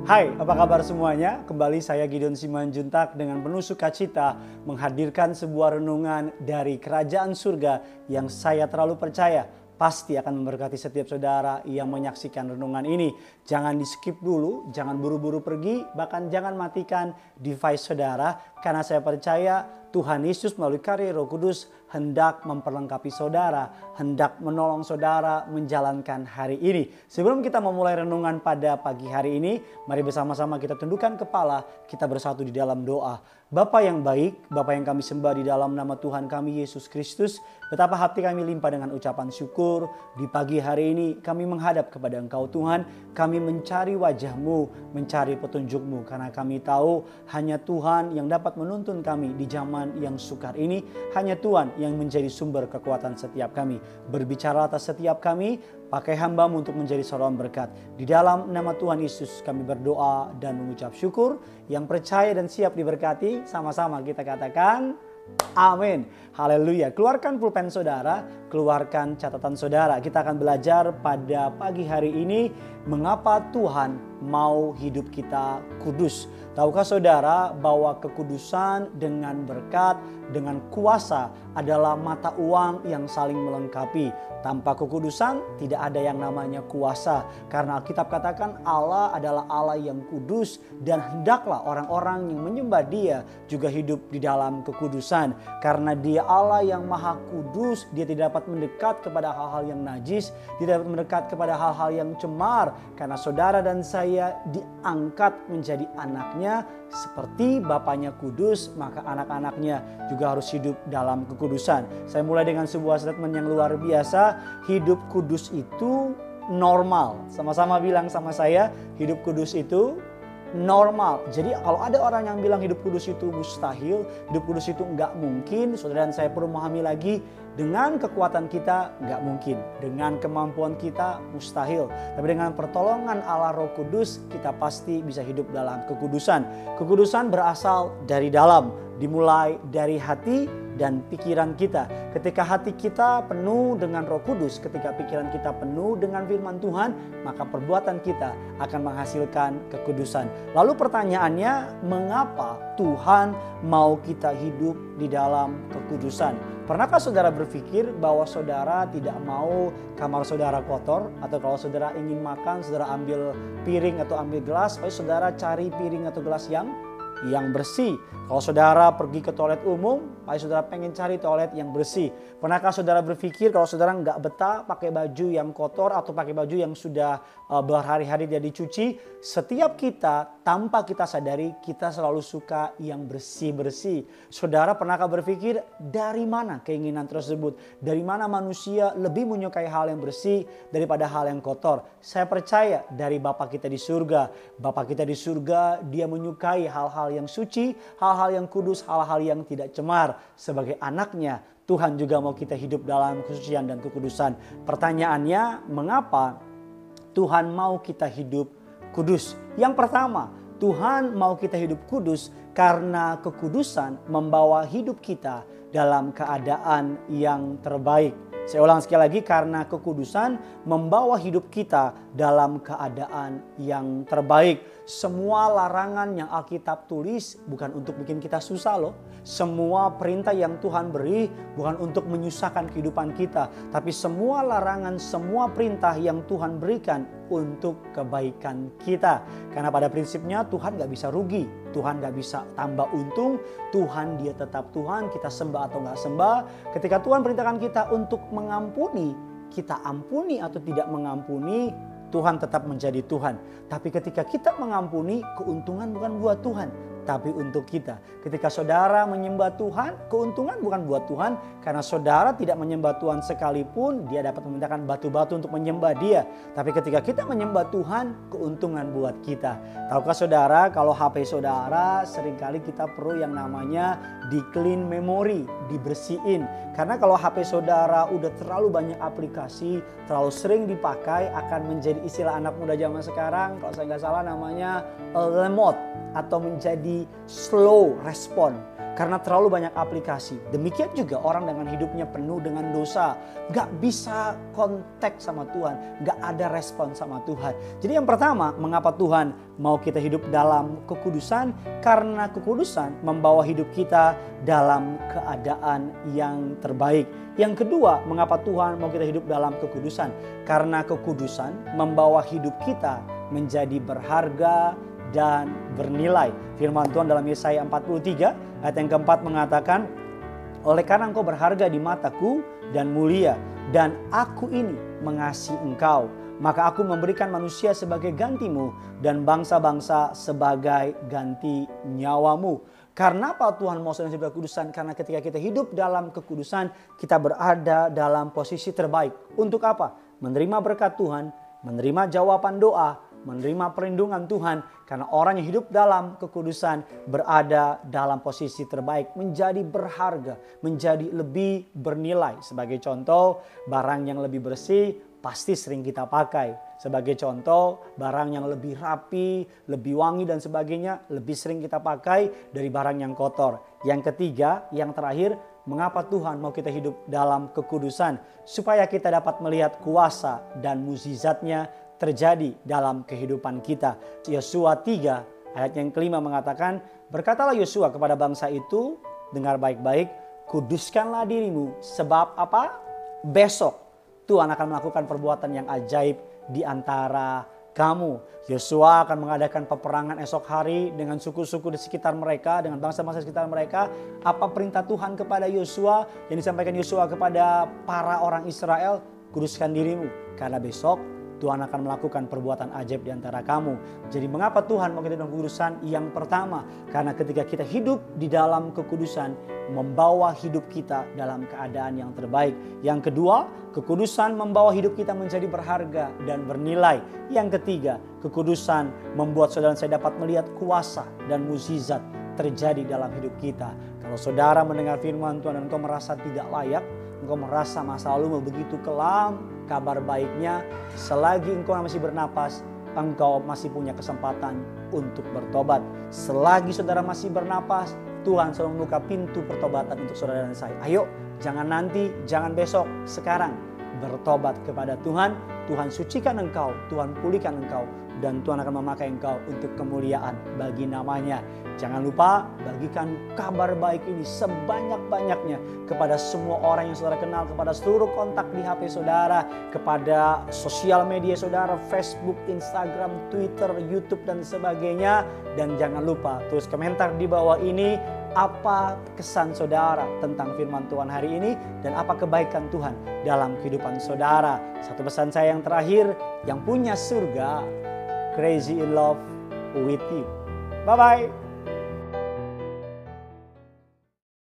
Hai, apa kabar semuanya? Kembali saya Gideon Simanjuntak dengan penuh sukacita menghadirkan sebuah renungan dari Kerajaan Surga yang saya terlalu percaya pasti akan memberkati setiap saudara yang menyaksikan renungan ini. Jangan di skip dulu, jangan buru-buru pergi, bahkan jangan matikan device saudara, karena saya percaya Tuhan Yesus melalui karya Roh Kudus hendak memperlengkapi saudara, hendak menolong saudara menjalankan hari ini. Sebelum kita memulai renungan pada pagi hari ini, mari bersama-sama kita tundukkan kepala, kita bersatu di dalam doa. Bapa yang baik, Bapa yang kami sembah di dalam nama Tuhan kami Yesus Kristus, betapa hati kami limpah dengan ucapan syukur. Di pagi hari ini kami menghadap kepada Engkau Tuhan, kami mencari wajah-Mu, mencari petunjuk-Mu, karena kami tahu hanya Tuhan yang dapat menuntun kami di zaman yang sukar ini, hanya Tuhan yang menjadi sumber kekuatan setiap kami. Berbicara atas setiap kami, pakai hamba-Mu untuk menjadi saluran berkat. Di dalam nama Tuhan Yesus kami berdoa dan mengucap syukur. Yang percaya dan siap diberkati, sama-sama kita katakan amin. Haleluya. Keluarkan pulpen saudara, keluarkan catatan saudara. Kita akan belajar pada pagi hari ini mengapa Tuhan mau hidup kita kudus. Tahukah saudara bahwa kekudusan dengan berkat, dengan kuasa adalah mata uang yang saling melengkapi. Tanpa kekudusan tidak ada yang namanya kuasa. Karena Alkitab katakan Allah adalah Allah yang kudus dan hendaklah orang-orang yang menyembah Dia juga hidup di dalam kekudusan. Karena Dia Allah yang maha kudus, Dia tidak dapat mendekat kepada hal-hal yang najis, tidak dapat mendekat kepada hal-hal yang cemar. Karena saudara dan saya diangkat menjadi anaknya, seperti Bapaknya kudus, maka anak-anaknya juga harus hidup dalam kekudusan. Saya mulai dengan sebuah statement yang luar biasa. Hidup kudus itu normal. Sama-sama bilang sama saya, hidup kudus itu normal. Jadi kalau ada orang yang bilang hidup kudus itu mustahil, hidup kudus itu enggak mungkin, saudara dan saya perlu memahami lagi, dengan kekuatan kita enggak mungkin, dengan kemampuan kita mustahil. Tapi dengan pertolongan Allah Roh Kudus kita pasti bisa hidup dalam kekudusan. Kekudusan berasal dari dalam, dimulai dari hati dan pikiran kita. Ketika hati kita penuh dengan Roh Kudus, ketika pikiran kita penuh dengan firman Tuhan, maka perbuatan kita akan menghasilkan kekudusan. Lalu pertanyaannya, mengapa Tuhan mau kita hidup di dalam kekudusan? Pernahkah saudara berpikir bahwa saudara tidak mau kamar saudara kotor? Atau kalau saudara ingin makan, saudara ambil piring atau ambil gelas, saudara cari piring atau gelas yang bersih. Kalau saudara pergi ke toilet umum, saudara pengen cari toilet yang bersih. Pernahkah saudara berpikir kalau saudara nggak betah pakai baju yang kotor atau pakai baju yang sudah berhari-hari tidak dicuci? Setiap kita tanpa kita sadari kita selalu suka yang bersih-bersih. Saudara pernahkah berpikir dari mana keinginan tersebut? Dari mana manusia lebih menyukai hal yang bersih daripada hal yang kotor? Saya percaya dari Bapa kita di surga. Bapa kita di surga, Dia menyukai hal-hal yang suci, hal-hal yang kudus, hal-hal yang tidak cemar. Sebagai anaknya, Tuhan juga mau kita hidup dalam kesucian dan kekudusan. Pertanyaannya, mengapa Tuhan mau kita hidup kudus? Yang pertama, Tuhan mau kita hidup kudus karena kekudusan membawa hidup kita dalam keadaan yang terbaik. Saya ulang sekali lagi, karena kekudusan membawa hidup kita dalam keadaan yang terbaik. Semua larangan yang Alkitab tulis bukan untuk bikin kita susah loh. Semua perintah yang Tuhan beri bukan untuk menyusahkan kehidupan kita. Tapi semua larangan, semua perintah yang Tuhan berikan untuk kebaikan kita. Karena pada prinsipnya Tuhan gak bisa rugi. Tuhan gak bisa tambah untung. Tuhan Dia tetap Tuhan, kita sembah atau gak sembah. Ketika Tuhan perintahkan kita untuk mengampuni, kita ampuni atau tidak mengampuni, Tuhan tetap menjadi Tuhan. Tapi ketika kita mengampuni, keuntungan bukan buat Tuhan, tapi untuk kita. Ketika saudara menyembah Tuhan, keuntungan bukan buat Tuhan, karena saudara tidak menyembah Tuhan sekalipun, Dia dapat memindahkan batu-batu untuk menyembah Dia. Tapi ketika kita menyembah Tuhan, keuntungan buat kita. Tahukah saudara, kalau HP saudara seringkali kita perlu yang namanya di clean memory, dibersihin. Karena kalau HP saudara udah terlalu banyak aplikasi, terlalu sering dipakai, akan menjadi istilah anak muda zaman sekarang, kalau saya nggak salah namanya lemot, atau menjadi slow respon. karena terlalu banyak aplikasi. Demikian juga orang dengan hidupnya penuh dengan dosa, gak bisa kontak sama Tuhan, gak ada respon sama Tuhan. Jadi yang pertama, mengapa Tuhan mau kita hidup dalam kekudusan? Karena kekudusan membawa hidup kita dalam keadaan yang terbaik. Yang kedua, mengapa Tuhan mau kita hidup dalam kekudusan? Karena kekudusan membawa hidup kita menjadi berharga dan bernilai. Firman Tuhan dalam Yesaya 43 ayat yang keempat mengatakan, oleh karena engkau berharga di mataku dan mulia, dan aku ini mengasihi engkau, maka aku memberikan manusia sebagai gantimu dan bangsa-bangsa sebagai ganti nyawamu. Karena apa Tuhan mau sedang hidup kekudusan? Karena ketika kita hidup dalam kekudusan, kita berada dalam posisi terbaik. Untuk apa? Menerima berkat Tuhan, menerima jawaban doa, menerima perlindungan Tuhan. Karena orang yang hidup dalam kekudusan berada dalam posisi terbaik, menjadi berharga, menjadi lebih bernilai. Sebagai contoh, barang yang lebih bersih pasti sering kita pakai. Sebagai contoh, barang yang lebih rapi, lebih wangi dan sebagainya lebih sering kita pakai dari barang yang kotor. Yang ketiga, yang terakhir, mengapa Tuhan mau kita hidup dalam kekudusan? Supaya kita dapat melihat kuasa dan mukjizatnya terjadi dalam kehidupan kita. Yosua 3 ayat yang kelima mengatakan, berkatalah Yosua kepada bangsa itu, dengar baik-baik, kuduskanlah dirimu, sebab apa? Besok Tuhan akan melakukan perbuatan yang ajaib di antara kamu. Yosua akan mengadakan peperangan esok hari dengan suku-suku di sekitar mereka, dengan bangsa-bangsa di sekitar mereka. Apa perintah Tuhan kepada Yosua yang disampaikan Yosua kepada para orang Israel? Kuduskan dirimu, karena besok Tuhan akan melakukan perbuatan ajaib di antara kamu. Jadi mengapa Tuhan mau kita dalam kekudusan? Yang pertama, karena ketika kita hidup di dalam kekudusan, membawa hidup kita dalam keadaan yang terbaik. Yang kedua, kekudusan membawa hidup kita menjadi berharga dan bernilai. Yang ketiga, kekudusan membuat saudara dan saya dapat melihat kuasa dan mukjizat terjadi dalam hidup kita. Kalau saudara mendengar firman Tuhan dan engkau merasa tidak layak, engkau merasa masa lalumu begitu kelam, kabar baiknya, selagi engkau masih bernapas, engkau masih punya kesempatan untuk bertobat. Selagi saudara masih bernapas, Tuhan selalu membuka pintu pertobatan untuk saudara dan saya. Ayo, jangan nanti, jangan besok, sekarang bertobat kepada Tuhan. Tuhan sucikan engkau, Tuhan pulihkan engkau, dan Tuhan akan memakai engkau untuk kemuliaan bagi namanya. Jangan lupa bagikan kabar baik ini sebanyak-banyaknya kepada semua orang yang saudara kenal, kepada seluruh kontak di HP saudara, kepada sosial media saudara, Facebook, Instagram, Twitter, YouTube dan sebagainya. Dan jangan lupa tulis komentar di bawah ini, apa kesan saudara tentang firman Tuhan hari ini dan apa kebaikan Tuhan dalam kehidupan saudara. Satu pesan saya yang terakhir, yang punya surga, crazy in love with you. Bye-bye.